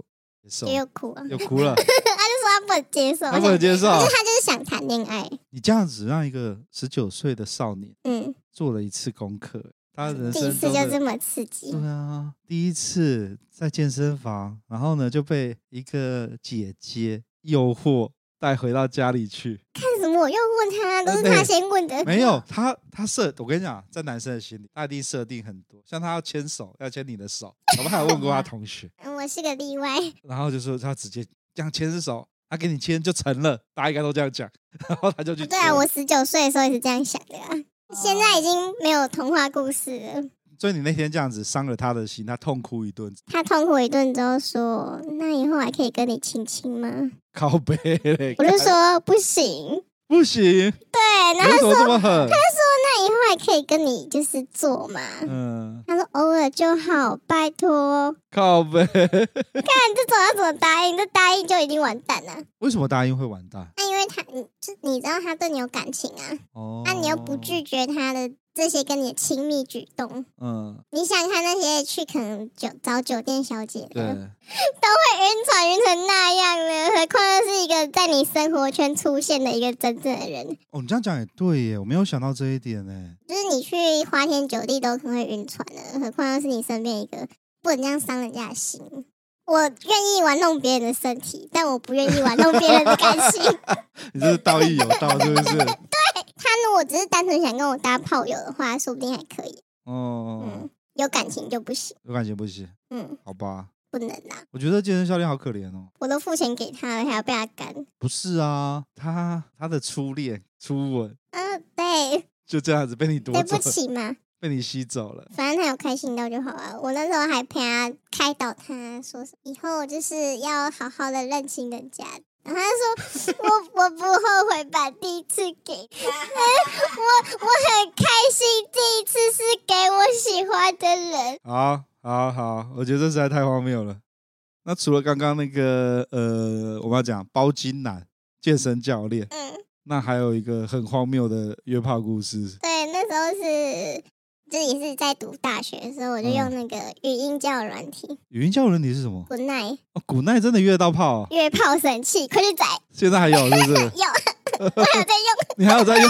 Speaker 3: 就又哭了，
Speaker 1: 又哭了。
Speaker 3: 他就说他不能接受，
Speaker 1: 他不能接受，
Speaker 3: 他就是想谈恋爱。
Speaker 1: 你这样子让一个19岁的少年，做了一次功课，他人生
Speaker 3: 第一次就这么刺激。
Speaker 1: 对啊，第一次在健身房，然后呢就被一个姐姐诱惑带回到家里去。
Speaker 3: 看什么？我又问他，都是他先问的。
Speaker 1: 没有，他我跟你讲，在男生的心里，他一定设定很多，像他要牵手，要牵你的手。我们还有问过他同学，
Speaker 3: 我是个例外。
Speaker 1: 然后就说他直接这样牵手，他给你牵就成了，大家应该都这样讲，然后他就去。
Speaker 3: 对啊，我19岁的时候也是这样想的啊。现在已经没有童话故事了。
Speaker 1: 所以你那天这样子伤了他的心，他痛哭一顿。
Speaker 3: 他痛哭一顿之后说：“那以后还可以跟你亲亲吗？”
Speaker 1: 靠北嘞！
Speaker 3: 我就说不行，
Speaker 1: 不行。
Speaker 3: 对，然后他说：“
Speaker 1: 这么狠？”他
Speaker 3: 说：“那以后还可以跟你就是做嘛？”他说：“偶尔就好，拜托。”
Speaker 1: 靠北！看
Speaker 3: 这种要怎么答应？这答应就已经完蛋了。
Speaker 1: 为什么答应会完蛋？
Speaker 3: 那因为你知道他对你有感情啊，那你又不拒绝他的这些跟你的亲密举动，你想看那些去可能找酒店小姐的，都会晕船晕成那样了，何况那是一个在你生活圈出现的一个真正的人。
Speaker 1: 哦，你这样讲也对耶，我没有想到这一点耶。
Speaker 3: 就是你去花天酒地都可能会晕船的，何况又是你身边一个，不能这样伤人家的心。我愿意玩弄别人的身体，但我不愿意玩弄别人的感情。
Speaker 1: 你这是道义有道，是不是？对，
Speaker 3: 他如果只是单纯想跟我搭炮友的话，说不定还可以。有感情就不行。
Speaker 1: 有感情不行。好吧。
Speaker 3: 不能啦。
Speaker 1: 我觉得健身教练好可怜哦。
Speaker 3: 我都付钱给他了，还要被他干。
Speaker 1: 不是啊，他的初恋初吻，
Speaker 3: 对，
Speaker 1: 就这样子被你夺走了。
Speaker 3: 对不起嘛。
Speaker 1: 被你吸走了，
Speaker 3: 反正他有开心到就好了。我那时候还陪他开导他，说以后就是要好好的认清人家。然后他说我不后悔把第一次给他，我很开心第一次是给我喜欢的人。
Speaker 1: 好，我觉得这实在太荒谬了。那除了刚刚那个我们要讲包金男健身教练，那还有一个很荒谬的约炮故事。
Speaker 3: 对，那时候是。这也是在读大学的时候，我就用那个语音交友软体。
Speaker 1: 语音交友软体是什么
Speaker 3: ？Good night。
Speaker 1: Good night真的约到炮哦？
Speaker 3: 约炮神器，快去载。
Speaker 1: 现在还有是不是？
Speaker 3: 有，我还有在用。
Speaker 1: 你还有在用？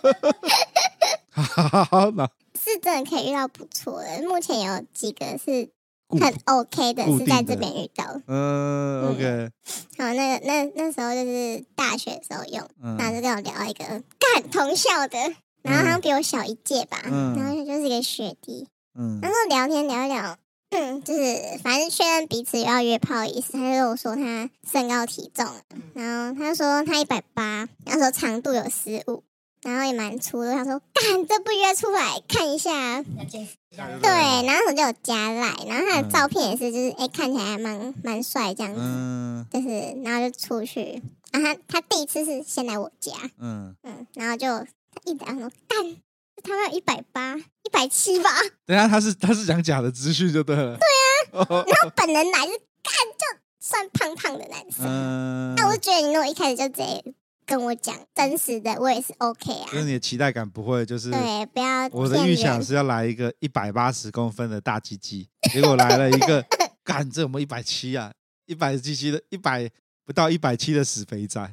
Speaker 1: 好，那
Speaker 3: 是真的可以遇到不错的。目前有几个是很 OK 的，是在这边遇到。
Speaker 1: OK。
Speaker 3: 好，那时候就是大学的时候用，然后就跟我聊一个干同校的。然后他比我小1届吧，然后就是一个学弟，然后聊天聊一聊，就是反正确认彼此要约炮的意思。他就跟我说他身高体重，然后他说他180，然后说长度有15，然后也蛮粗的。他说干这不约出来看一下，对，然后我就有加赖，然后他的照片也是就是看起来还蛮帅这样子，就是然后就出去，然后他第一次是先来我家，然后就。一打说干，他们有180、170吧？
Speaker 1: 等一下他是讲假的资讯就对了。
Speaker 3: 对啊，然后本人来是干就算胖胖的男生。那我觉得你如果一开始就直接跟我讲真实的，我也是 OK 啊。
Speaker 1: 就是你的期待感不会就是
Speaker 3: 对，不要。
Speaker 1: 我的预想是要来一个180公分的大鸡鸡，结果来了一个干这我们170啊，170的100不到170的死肥仔。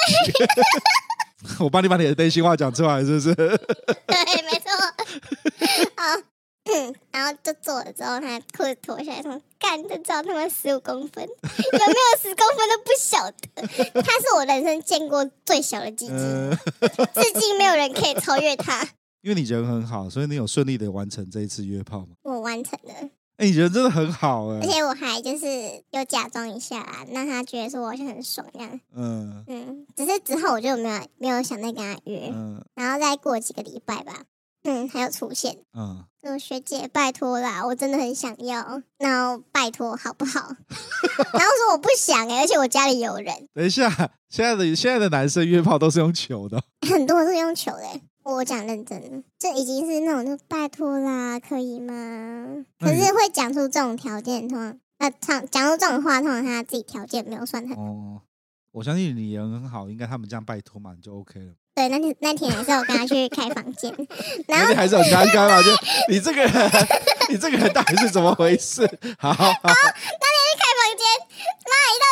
Speaker 1: 我帮你把你的内心话讲出来，是不是？对，
Speaker 3: 没错。好，然后就做了之后，他裤子脱下来说：“干，这照他妈15公分，有没有10公分都不晓得。他是我人生见过最小的鸡鸡，至今没有人可以超越他。
Speaker 1: 因为你人很好，所以你有顺利的完成这一次约炮吗？
Speaker 3: 我完成了。
Speaker 1: 你人真的很好
Speaker 3: 而且我还就是有假装一下啦，让他觉得说我好像很爽这样。只是之后我就没有想再跟他约，然后再过几个礼拜吧，还有出现，说学姐拜托啦，我真的很想要，然后拜托好不好？然后说我不想而且我家里有人。
Speaker 1: 等一下，现在的男生约炮都是用求的，
Speaker 3: 很多是用求的。我讲认真的，这已经是那种就拜托啦，可以吗？可是会讲出这种条件，通常讲出这种话，通常他自己条件没有算很好。
Speaker 1: 我相信你人很好，应该他们这样拜托嘛，你就 OK 了。
Speaker 3: 对，那天还是我跟他去开房间，然后
Speaker 1: 还是有开房间。你这个人到底是怎么回事？好，
Speaker 3: 那天去开房间，妈一大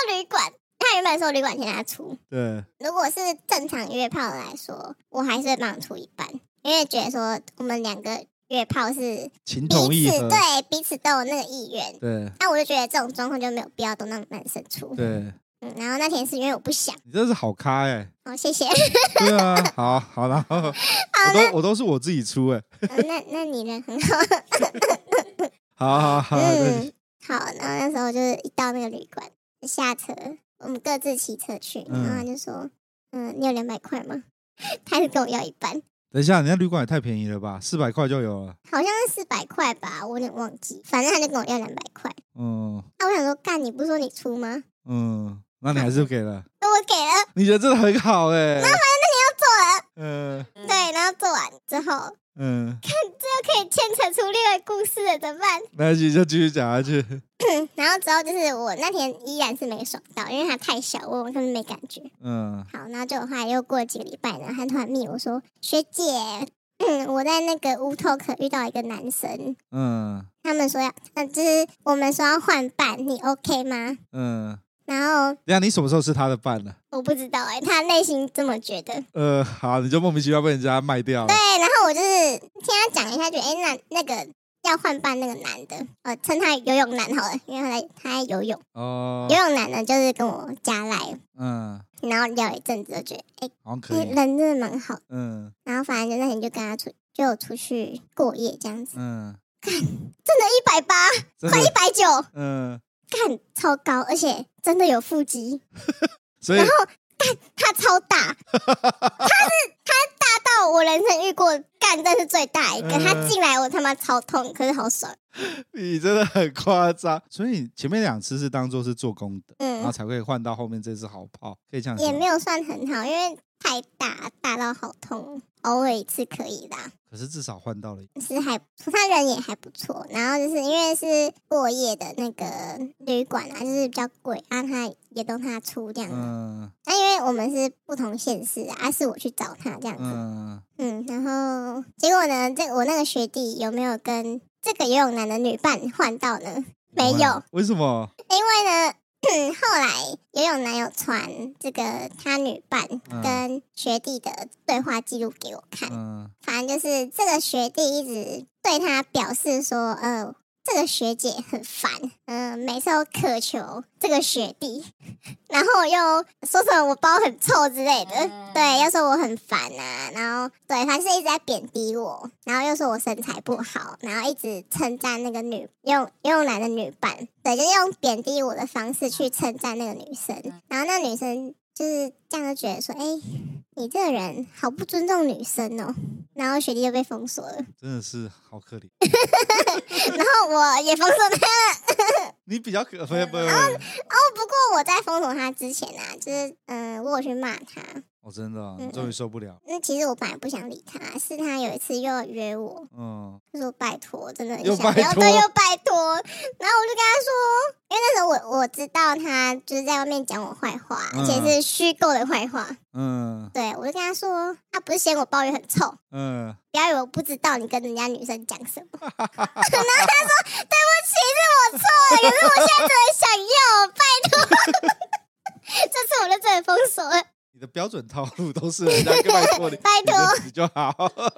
Speaker 3: 他原本说旅馆钱他出，
Speaker 1: 对，
Speaker 3: 如果是正常约炮的来说，我还是会帮他出一半，因为觉得说我们2个约炮是
Speaker 1: 情同意合，
Speaker 3: 对彼此都有那个意愿。
Speaker 1: 对，
Speaker 3: 那我就觉得这种状况就没有必要都让男生出。
Speaker 1: 对，
Speaker 3: 然后那天是因为我不想。
Speaker 1: 你真是好咖
Speaker 3: 好，谢谢。
Speaker 1: 对啊，好，然后我都是我自己出
Speaker 3: 那你人很好。
Speaker 1: 好，
Speaker 3: 好，然后那时候就是一到那个旅馆下车，我们各自骑车去，然后他就说，你有200块吗？他是跟我要一半。
Speaker 1: 等一下，人家旅馆也太便宜了吧，400块就有了，
Speaker 3: 好像是400块吧，我有点忘记，反正他就跟我要200块。那我想说，干，你不是说你出吗？
Speaker 1: 那你还是给了，
Speaker 3: 我给了，
Speaker 1: 你人真的很好那
Speaker 3: 你要做
Speaker 1: 了，
Speaker 3: 对，然后做完之后，看这又可以牵扯出另外故事了，怎么办？
Speaker 1: 那就继续讲下去。
Speaker 3: 然后之后就是我那天依然是没爽到，因为他太小，我根本没感觉。好，然后就后来又过了几个礼拜呢，他突然密我说，学姐，我在那个乌托克遇到一个男生，他们说要，就是我们说要换伴，你 OK 吗？然后，
Speaker 1: 你什么时候是他的伴呢？
Speaker 3: 我不知道他内心这么觉得。
Speaker 1: 好，你就莫名其妙被人家卖掉了。
Speaker 3: 对，然后我就是听他讲一下，觉得那个要换伴那个男的，称他游泳男好了，因为他在游泳。游泳男呢，就是跟我加赖，然后聊一阵子，就觉得
Speaker 1: 好像可以，
Speaker 3: 人真的蛮好。然后反正就那天就跟他出去过夜这样子。真的180，快190。干超高，而且真的有腹肌，然后干他超大，他大到我人生遇过干，这是最大一个。他进来我他妈超痛，可是好爽。
Speaker 1: 你真的很夸张，所以前面2次是当做是做功德，然后才可以换到后面这次好炮，可以这样讲。
Speaker 3: 也没有算很好，因为太大到好痛，偶尔一次可以啦。
Speaker 1: 可是至少换到了，
Speaker 3: 是还不错，他人也还不错。然后就是因为是过夜的那个旅馆啊，就是比较贵，他也都他出这样。那因为我们是不同县市啊，是我去找他这样子。然后结果呢，我那个学弟有没有跟这个游泳男的女伴换到呢？没有。
Speaker 1: 为什么？
Speaker 3: 因为呢，后来游泳男有传这个他女伴跟学弟的对话记录给我看。反正就是这个学弟一直对他表示说，这个学姐很烦，每次都渴求这个学弟，然后又说什么我包很臭之类的，对，又说我很烦啊，然后对，反正是一直在贬低我，然后又说我身材不好，然后一直称赞那个游泳男的女伴，对，就用贬低我的方式去称赞那个女生，然后那个女生就是这样就觉得说，你这个人好不尊重女生哦，然后学弟就被封锁了，
Speaker 1: 真的是好可怜。
Speaker 3: 然后我也封锁他了。
Speaker 1: 你比较不
Speaker 3: 不过我在封锁他之前啊，就是我有去骂他。
Speaker 1: 真的，你终于受不了。
Speaker 3: 其实我本来不想理他，是他有一次又要约我，就说拜托，真的
Speaker 1: 又拜托，
Speaker 3: 然后又拜托，然后我就跟他说，因为那时候我知道他就是在外面讲我坏话，而且是虚构的坏话，对，我就跟他说，他不是嫌我抱怨很臭，不要以为我不知道你跟人家女生讲什么，然后他说对不起，是我错了，可是我现在真的想要，拜托，这次我就真的封锁了。
Speaker 1: 你的标准套路都是人家拜托你，
Speaker 3: 拜托
Speaker 1: 你就好。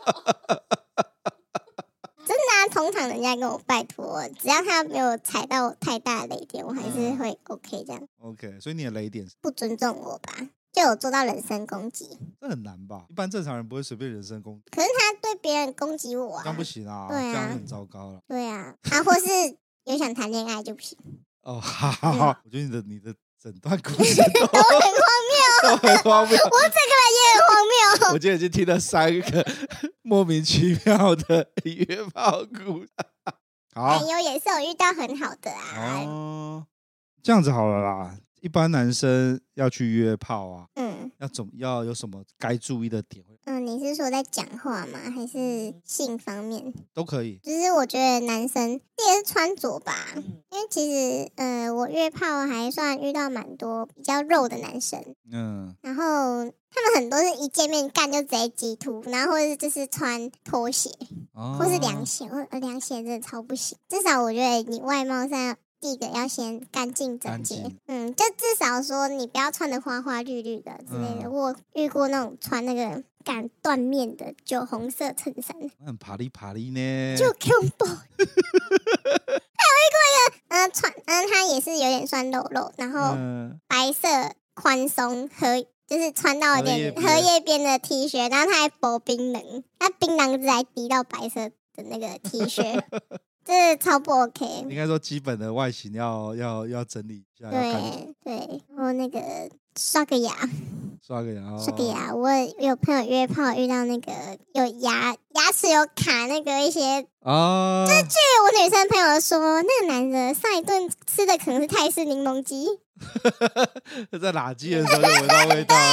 Speaker 3: 真的啊，通常人家跟我拜托，只要他没有踩到太大的雷点，我还是会 OK 这样。
Speaker 1: OK， 所以你的雷点是
Speaker 3: 不尊重我吧？就有做到人身攻击，
Speaker 1: 这很难吧？一般正常人不会随便人身攻击。
Speaker 3: 可是他对别人攻击我啊，
Speaker 1: 这样不行啊，
Speaker 3: 对啊，
Speaker 1: 这样很糟糕了。
Speaker 3: 对啊，或是有想谈恋爱就不行。
Speaker 1: 好，我觉得你的整段故事
Speaker 3: 都很荒谬，
Speaker 1: 都很荒谬。
Speaker 3: 我整个人也很荒谬。
Speaker 1: 我今天已经听了3个莫名其妙的约炮故事。好，
Speaker 3: 也是有遇到很好的啊。
Speaker 1: 这样子好了啦。一般男生要去约炮啊，要有什么该注意的点？
Speaker 3: 你是说在讲话吗？还是性方面？
Speaker 1: 都可以。
Speaker 3: 就是我觉得男生也是穿着吧，因为其实我约炮还算遇到蛮多比较肉的男生，然后他们很多是一见面干就直接激突，然后或者是就是穿拖鞋，或是凉鞋，凉鞋真的超不行。至少我觉得你外貌上第一个要先干净整洁
Speaker 1: 干净。
Speaker 3: 就至少说你不要穿的花花绿绿的之类的。我遇过那种穿那个敢缎面的酒红色衬衫，
Speaker 1: 很啪哩啪哩呢，
Speaker 3: 就恐怖。还有一个它也是有点算肉肉，然后白色宽松就是穿到有点荷叶边的 T 恤，然后它还薄槟榔，它槟榔汁还滴到白色的那个 T 恤，这超不 OK。
Speaker 1: 应该说基本的外形要整理一下。
Speaker 3: 对，然后那个刷个牙。我有朋友约炮遇到那个有牙齿有卡那个一些就是据我女生朋友说，那个男的上一顿吃的可能是泰式柠檬鸡。
Speaker 1: 在拉鸡的时候就闻到味道。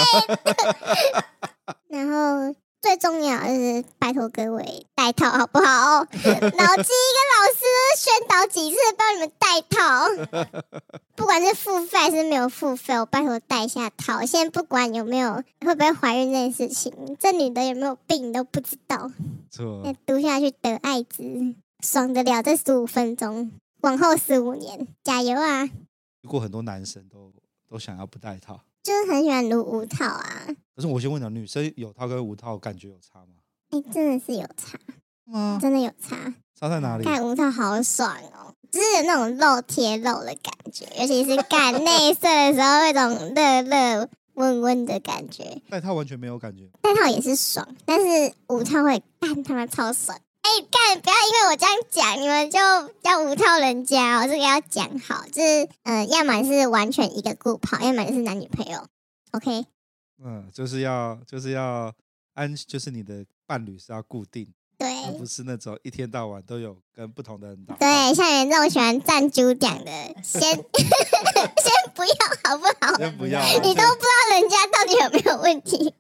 Speaker 3: 然后最重要的是拜托各位戴套好不好？老鸡跟老师宣导几次帮你们戴套，不管是付费还是没有付费，我拜托戴一下套。现在不管有没有会不会怀孕这件事情，这女的有没有病你都不知道。那读下去得艾滋，爽得了这15分钟，往后15年加油啊！
Speaker 1: 如果很多男生都想要不戴套，
Speaker 3: 就是很喜欢撸无套啊。
Speaker 1: 可是我先问你，女生有套跟无套感觉有差吗？
Speaker 3: 真的是有差
Speaker 1: 吗？
Speaker 3: 真的有差。
Speaker 1: 差在哪里？
Speaker 3: 干无套好爽哦，就是有那种肉贴肉的感觉，尤其是干内射的时候，那种热热温温的感觉。
Speaker 1: 戴套完全没有感觉，
Speaker 3: 戴套也是爽，但是无套会干他妈超爽。干不要因为我这样讲，你们就要无套人家哦，这个要讲好，就是要么是完全一个固炮，要么就是男女朋友 ，OK。
Speaker 1: 就是要就是你的伴侣是要固定，
Speaker 3: 对，
Speaker 1: 而不是那种一天到晚都有跟不同的人打。
Speaker 3: 对，像你这种喜欢站猪讲的，先不要好不好？
Speaker 1: 先不要，
Speaker 3: 你都不知道人家到底有没有问题。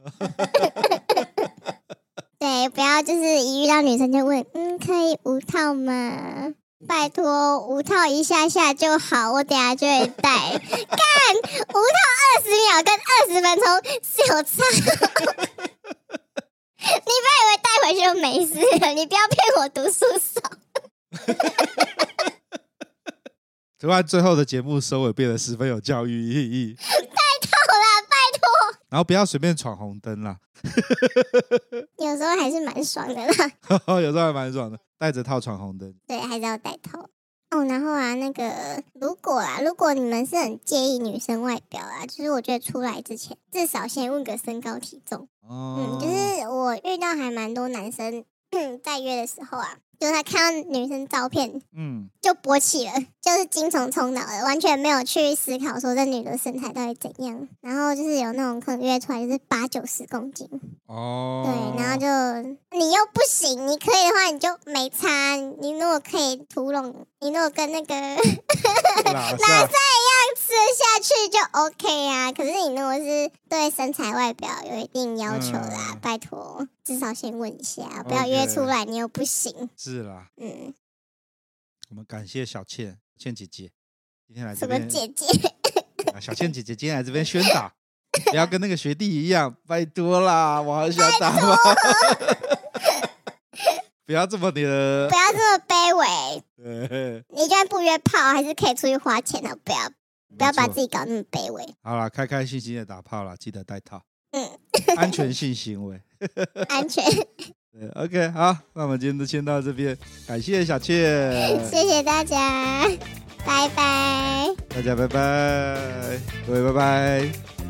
Speaker 3: 对，不要就是一遇到女生就问，可以无套吗？拜托，无套一下下就好，我等下就会戴。干，无套20秒跟20分钟是有差。你不要以为带回去就没事了，你不要骗我读书少。
Speaker 1: 突然最后的节目收尾变得十分有教育意义。
Speaker 3: 戴套啦，拜托。
Speaker 1: 然后不要随便闯红灯啦。
Speaker 3: 有时候还是蛮爽的啦。
Speaker 1: 有时候还蛮爽的，戴着套闯红灯。
Speaker 3: 对，还是要戴套。然后那个如果你们是很介意女生外表就是我觉得出来之前至少先问个身高体重。就是我遇到还蛮多男生在约的时候就是他看到女生照片就勃起了，就是精虫充脑的，完全没有去思考说这女的身材到底怎样，然后就是有那种可能约出来就是80-90公斤对，然后就你又不行，你可以的话你就没差，你如果可以屠龙，你如果跟那个拉塞一样吃下去就 OK 啊，可是你如果是对身材外表有一定要求啦，拜托至少先问一下，不要约出来你又不行。
Speaker 1: 是啦，我们感谢小倩姐姐今天来这
Speaker 3: 边。什么姐姐？
Speaker 1: 小倩姐姐今天来这边宣导，不要跟那个学弟一样，拜托啦，我好想打吗？不要这么
Speaker 3: 卑微。你就算不约炮，还是可以出去花钱的，不要把自己搞那么卑微。
Speaker 1: 好啦，开开心心的打炮啦，记得戴套。安全性行为。
Speaker 3: 安全。
Speaker 1: 对 ，OK， 好，那我们今天就先到这边，感谢小倩，
Speaker 3: 谢谢大家，拜拜，
Speaker 1: 大家拜拜，各位拜拜。